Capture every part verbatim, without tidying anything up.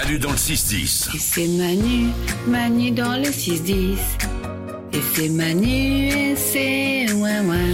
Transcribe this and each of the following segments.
Manu dans le six dix. Et c'est Manu, Manu dans le six dix. Et c'est Manu et c'est ouin ouin.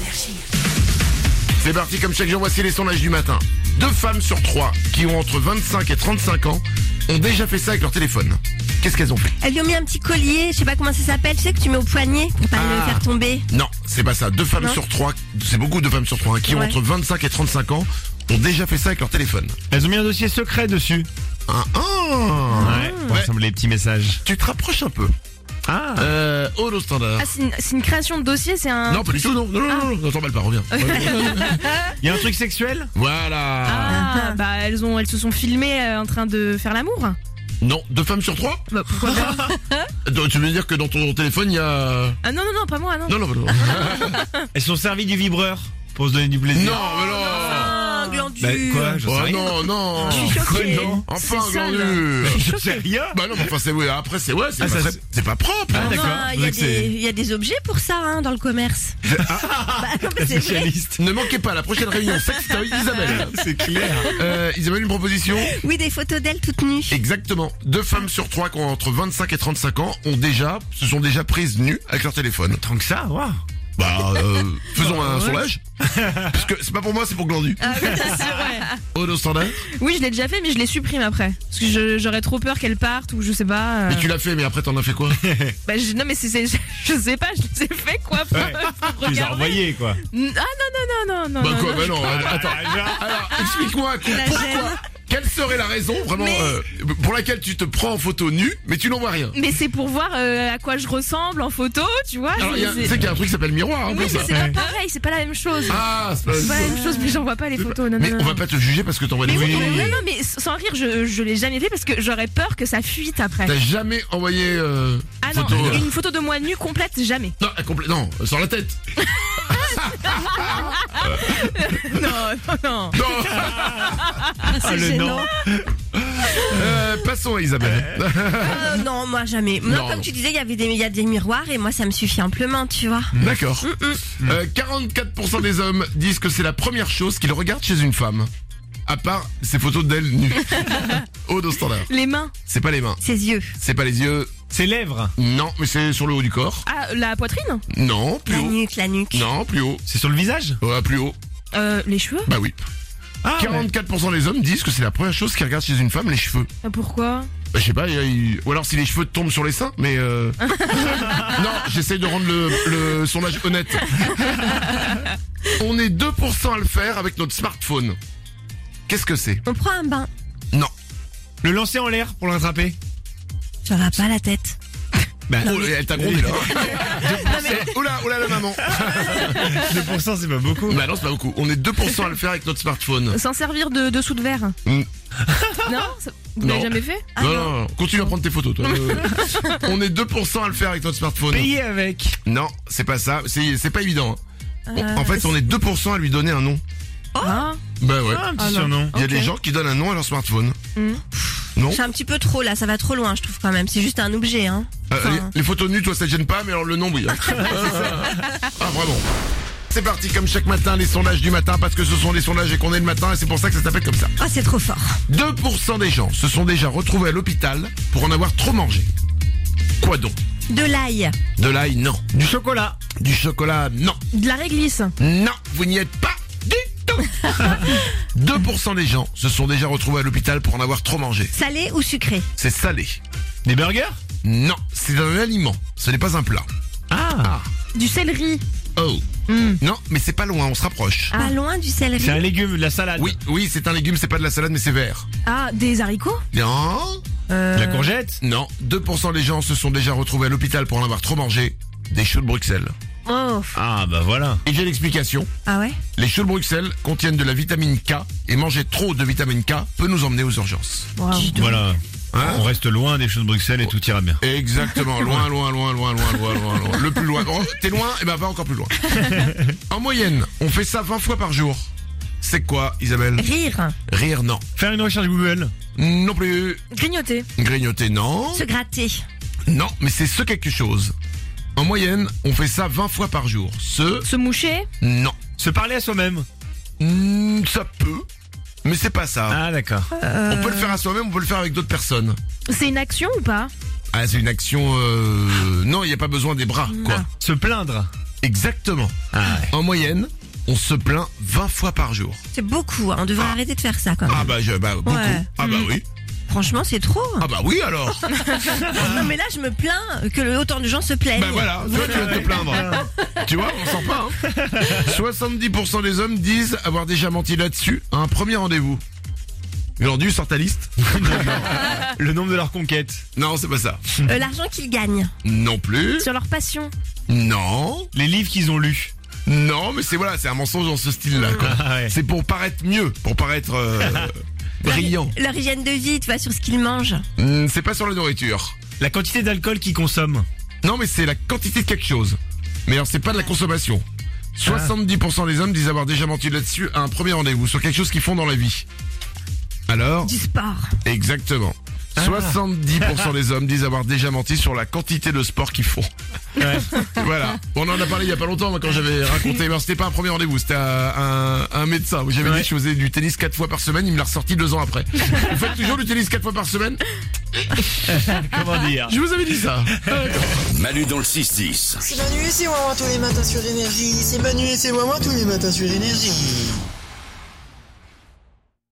C'est parti, comme chaque jour, voici les sondages du matin. Deux femmes sur trois qui ont entre vingt-cinq et trente-cinq ans ont déjà fait ça avec leur téléphone. Qu'est-ce qu'elles ont fait? Elles lui ont mis un petit collier, je sais pas comment ça s'appelle, tu sais que tu mets au poignet pour pas Ah. le faire tomber. Non, c'est pas ça. Deux femmes Non. sur trois, c'est beaucoup de femmes sur trois, hein, qui ont Ouais. entre vingt-cinq et trente-cinq ans ont déjà fait ça avec leur téléphone. Elles ont mis un dossier secret dessus. Ah, ah. Ouais. Pour Ouais. assembler les petits messages. Tu te rapproches un peu. Ah. Euh, oh, le standard. Ah, c'est une, c'est une création de dossier, c'est un... Non, pas du tout, non. Non, non, non, non, t'emballes pas, reviens. Il y a un truc sexuel? Voilà. Ah, bah elles ont, elles se sont filmées euh, en train de faire l'amour. Non, deux femmes sur trois? Bah pourquoi pas? Donc, tu veux dire que dans ton téléphone, il y a... Ah non, non, non, pas moi, non. Non, non, non. Elles sont servies du vibreur pour se donner du plaisir. Non, mais non. Ah, glandu. Bah quoi, je sais Oh rien. non, non. Je suis choquée. Quoi, non Enfin, C'est sale. glandu. Je sais rien. Bah non, mais enfin, c'est, ouais, après, c'est, ouais, c'est Ah, pas ça, très- c'est- c'est pas propre. Ah, hein. d'accord. Non, il y, a Donc c'est- des- il y a des objets pour ça hein, dans le commerce. bah, non, mais c'est vrai. Spécialiste. Ne manquez pas la prochaine réunion sextoy Isabelle. C'est clair. Euh, Isabelle, une proposition? Oui, des photos d'elles toutes nues. Exactement. Deux femmes sur trois qui ont entre vingt-cinq et trente-cinq ans ont déjà, se sont déjà prises nues avec leur téléphone. Tant que ça, waouh. Bah, euh, faisons un ouais. sondage. Parce que c'est pas pour moi, c'est pour Glandu. Ah oui, c'est vrai. Oh, nos standards. Oui, je l'ai déjà fait, mais je les supprime après. Parce que je- j'aurais trop peur qu'elles partent ou je sais pas. euh. Mais tu l'as fait, mais après t'en as fait quoi? Bah, je- non, mais c'est, c'est- je sais pas, je les ai fait quoi. Pour, Ouais. pour Tu les as regarder. envoyés, quoi. Ah non, non, non, non, non. Bah non, quoi, non. bah non, attends. Alors, explique-moi, La pourquoi, gêne. quelle serait la raison, vraiment, Mais- euh, pour laquelle tu te prends en photo nue, mais tu n'en vois rien? Mais c'est pour voir euh, à quoi je ressemble en photo, tu vois. Alors, c'est- il y a, tu c'est- sais qu'il y a un truc qui s'appelle miroir, hein, Oui, pour mais ça. c'est pas pareil, c'est pas la même chose. Ah, c'est pas, C'est pas la même chose, mais j'en vois pas les photos. Non, mais non, on non. va pas te juger parce que t'envoies des Mais oui, photos. non, non, mais sans rire, je, je l'ai jamais fait parce que j'aurais peur que ça fuite après. T'as jamais envoyé, euh, Ah non, photo, euh, une photo de moi nue complète, jamais. Non, complète, non, sans la tête. Non, non, non. Non. Ah, le gênant. non. Euh, passons à Isabelle. Euh, non, moi jamais. Moi, Non, comme non. tu disais, il y avait des, il y a des miroirs et moi ça me suffit amplement, tu vois. D'accord. Euh, quarante-quatre pour cent des hommes disent que c'est la première chose qu'ils regardent chez une femme. À part ces photos d'elle nue. Haut au standard. Les mains. C'est pas les mains, Ses yeux, c'est pas les yeux. Ses lèvres. Non, mais c'est sur le haut du corps. Ah, la poitrine. Non, plus la haut. nuque, la nuque. Non, plus haut. C'est sur le visage? Ouais, plus haut. Euh, les cheveux. Bah oui. Ah, ouais. quarante-quatre pour cent des hommes disent que c'est la première chose qu'ils regardent chez une femme, les cheveux. Euh, Pourquoi? Bah, je sais pas, il y a- il- ou alors si les cheveux tombent sur les seins, mais euh... non, j'essaye de rendre le, le sondage honnête. On est deux pour cent à le faire avec notre smartphone. Qu'est-ce que c'est? On prend un bain. Non. Le lancer en l'air pour l'attraper? Ça va pas la tête. Bah, Oh, elle t'a grondé là. Oh là, oh là la maman. deux pour cent, c'est pas beaucoup. Bah non, c'est pas beaucoup. On est deux pour cent à le faire avec notre smartphone. S'en servir de dessous de verre. Mm. Non ça- Vous Non. l'avez jamais fait? non, non, non, continue à prendre tes photos, toi. Euh, On est deux pour cent à le faire avec notre smartphone. Payer avec. Non, c'est pas ça. C'est c'est pas évident. hein. Euh, En fait, on est deux pour cent à lui donner un nom. Ah. Bah ouais. Ah, un petit Ah, non. surnom. Il y a ok. des gens qui donnent un nom à leur smartphone. Mm. Non C'est un petit peu trop là, ça va trop loin, je trouve quand même. C'est juste un objet, hein. Euh, Enfin, les, les photos nues, toi, ça te gêne pas, mais alors le nom, oui. hein. Ah, vraiment. C'est parti, comme chaque matin, les sondages du matin, parce que ce sont les sondages et qu'on est le matin, et c'est pour ça que ça s'appelle comme ça. Oh, c'est trop fort. deux pour cent des gens se sont déjà retrouvés à l'hôpital pour en avoir trop mangé. Quoi donc? De l'ail. De l'ail, non. Du chocolat. Du chocolat, non. De la réglisse. Non, vous n'y êtes pas du tout. deux pour cent des gens se sont déjà retrouvés à l'hôpital pour en avoir trop mangé. Salé ou sucré? C'est salé. Des burgers? Non, c'est un aliment. Ce n'est pas un plat. Ah. Du céleri. Oh. Mm. Non, mais c'est pas loin, on se rapproche. Pas loin du céleri. C'est un légume, de la salade. Oui, oui, c'est un légume, c'est pas de la salade, mais c'est vert. Ah, des haricots. Non, Euh, La courgette? non, deux pour cent des gens se sont déjà retrouvés à l'hôpital pour en avoir trop mangé. Des choux de Bruxelles. Oh. Ah, bah voilà. Et j'ai l'explication. Ah ouais? Les choux de Bruxelles contiennent de la vitamine K et manger trop de vitamine K peut nous emmener aux urgences. wow. Voilà. Hein On reste loin des choses de Bruxelles et tout ira bien. Exactement, loin, loin, loin, loin, loin, loin, loin, loin. Le plus loin. Oh, t'es loin? Eh ben, va encore plus loin. En moyenne, on fait ça vingt fois par jour. C'est quoi, Isabelle? Rire. Rire, non. Faire une recherche Google. Non plus. Grignoter. Grignoter, non. Se gratter. Non, mais c'est ce quelque chose. En moyenne, on fait ça vingt fois par jour. Ce, Se moucher. non. Se parler à soi-même. Hmm, ça peut. Mais c'est pas ça. Ah d'accord. Euh, On peut le faire à soi-même, on peut le faire avec d'autres personnes. C'est une action ou pas? Ah, c'est une action... Euh... Non, il n'y a pas besoin des bras, quoi. Ah. Se plaindre. Exactement. Ah ouais. En moyenne, on se plaint vingt fois par jour. C'est beaucoup, hein. On devrait Ah. arrêter de faire ça quand même. Ah bah, je, bah beaucoup. Ouais. Ah bah oui. Franchement, c'est trop. Ah bah oui alors. Non, mais là, je me plains que le- autant de gens se plaignent. Bah voilà, tu vois, tu vas te plaindre. Tu vois, on s'en pas. Hein. soixante-dix pour cent des hommes disent avoir déjà menti là-dessus à un premier rendez-vous. Aujourd'hui, sort ta liste. Le nombre de leurs conquêtes. Non, c'est pas ça. Euh, L'argent qu'ils gagnent. Non plus. Sur leur passion. Non. Les livres qu'ils ont lus. Non, mais c'est voilà, c'est un mensonge dans ce style-là. Quoi. Ah ouais. C'est pour paraître mieux, pour paraître euh, brillant. Leur, leur hygiène de vie, tu vois, sur ce qu'ils mangent. Hmm, c'est pas sur la nourriture. La quantité d'alcool qu'ils consomment. Non, mais c'est la quantité de quelque chose. Mais alors, c'est pas de la consommation. soixante-dix pour cent des hommes disent avoir déjà menti là-dessus à un premier rendez-vous, sur quelque chose qu'ils font dans la vie. Alors, Du sport. exactement. soixante-dix pour cent des hommes disent avoir déjà menti sur la quantité de sport qu'ils font. Ouais. Voilà. On en a parlé il y a pas longtemps, moi, quand j'avais raconté. Alors, c'était pas un premier rendez-vous, c'était un, un, un médecin. Où j'avais Ouais. dit que je faisais du tennis quatre fois par semaine, il me l'a ressorti deux ans après. Vous faites toujours du tennis quatre fois par semaine? Comment dire? Je vous avais dit ça. Manu dans le six dix. C'est Manu et c'est Wawa tous les matins sur Énergie. C'est Manu et c'est Wawa tous les matins sur Énergie.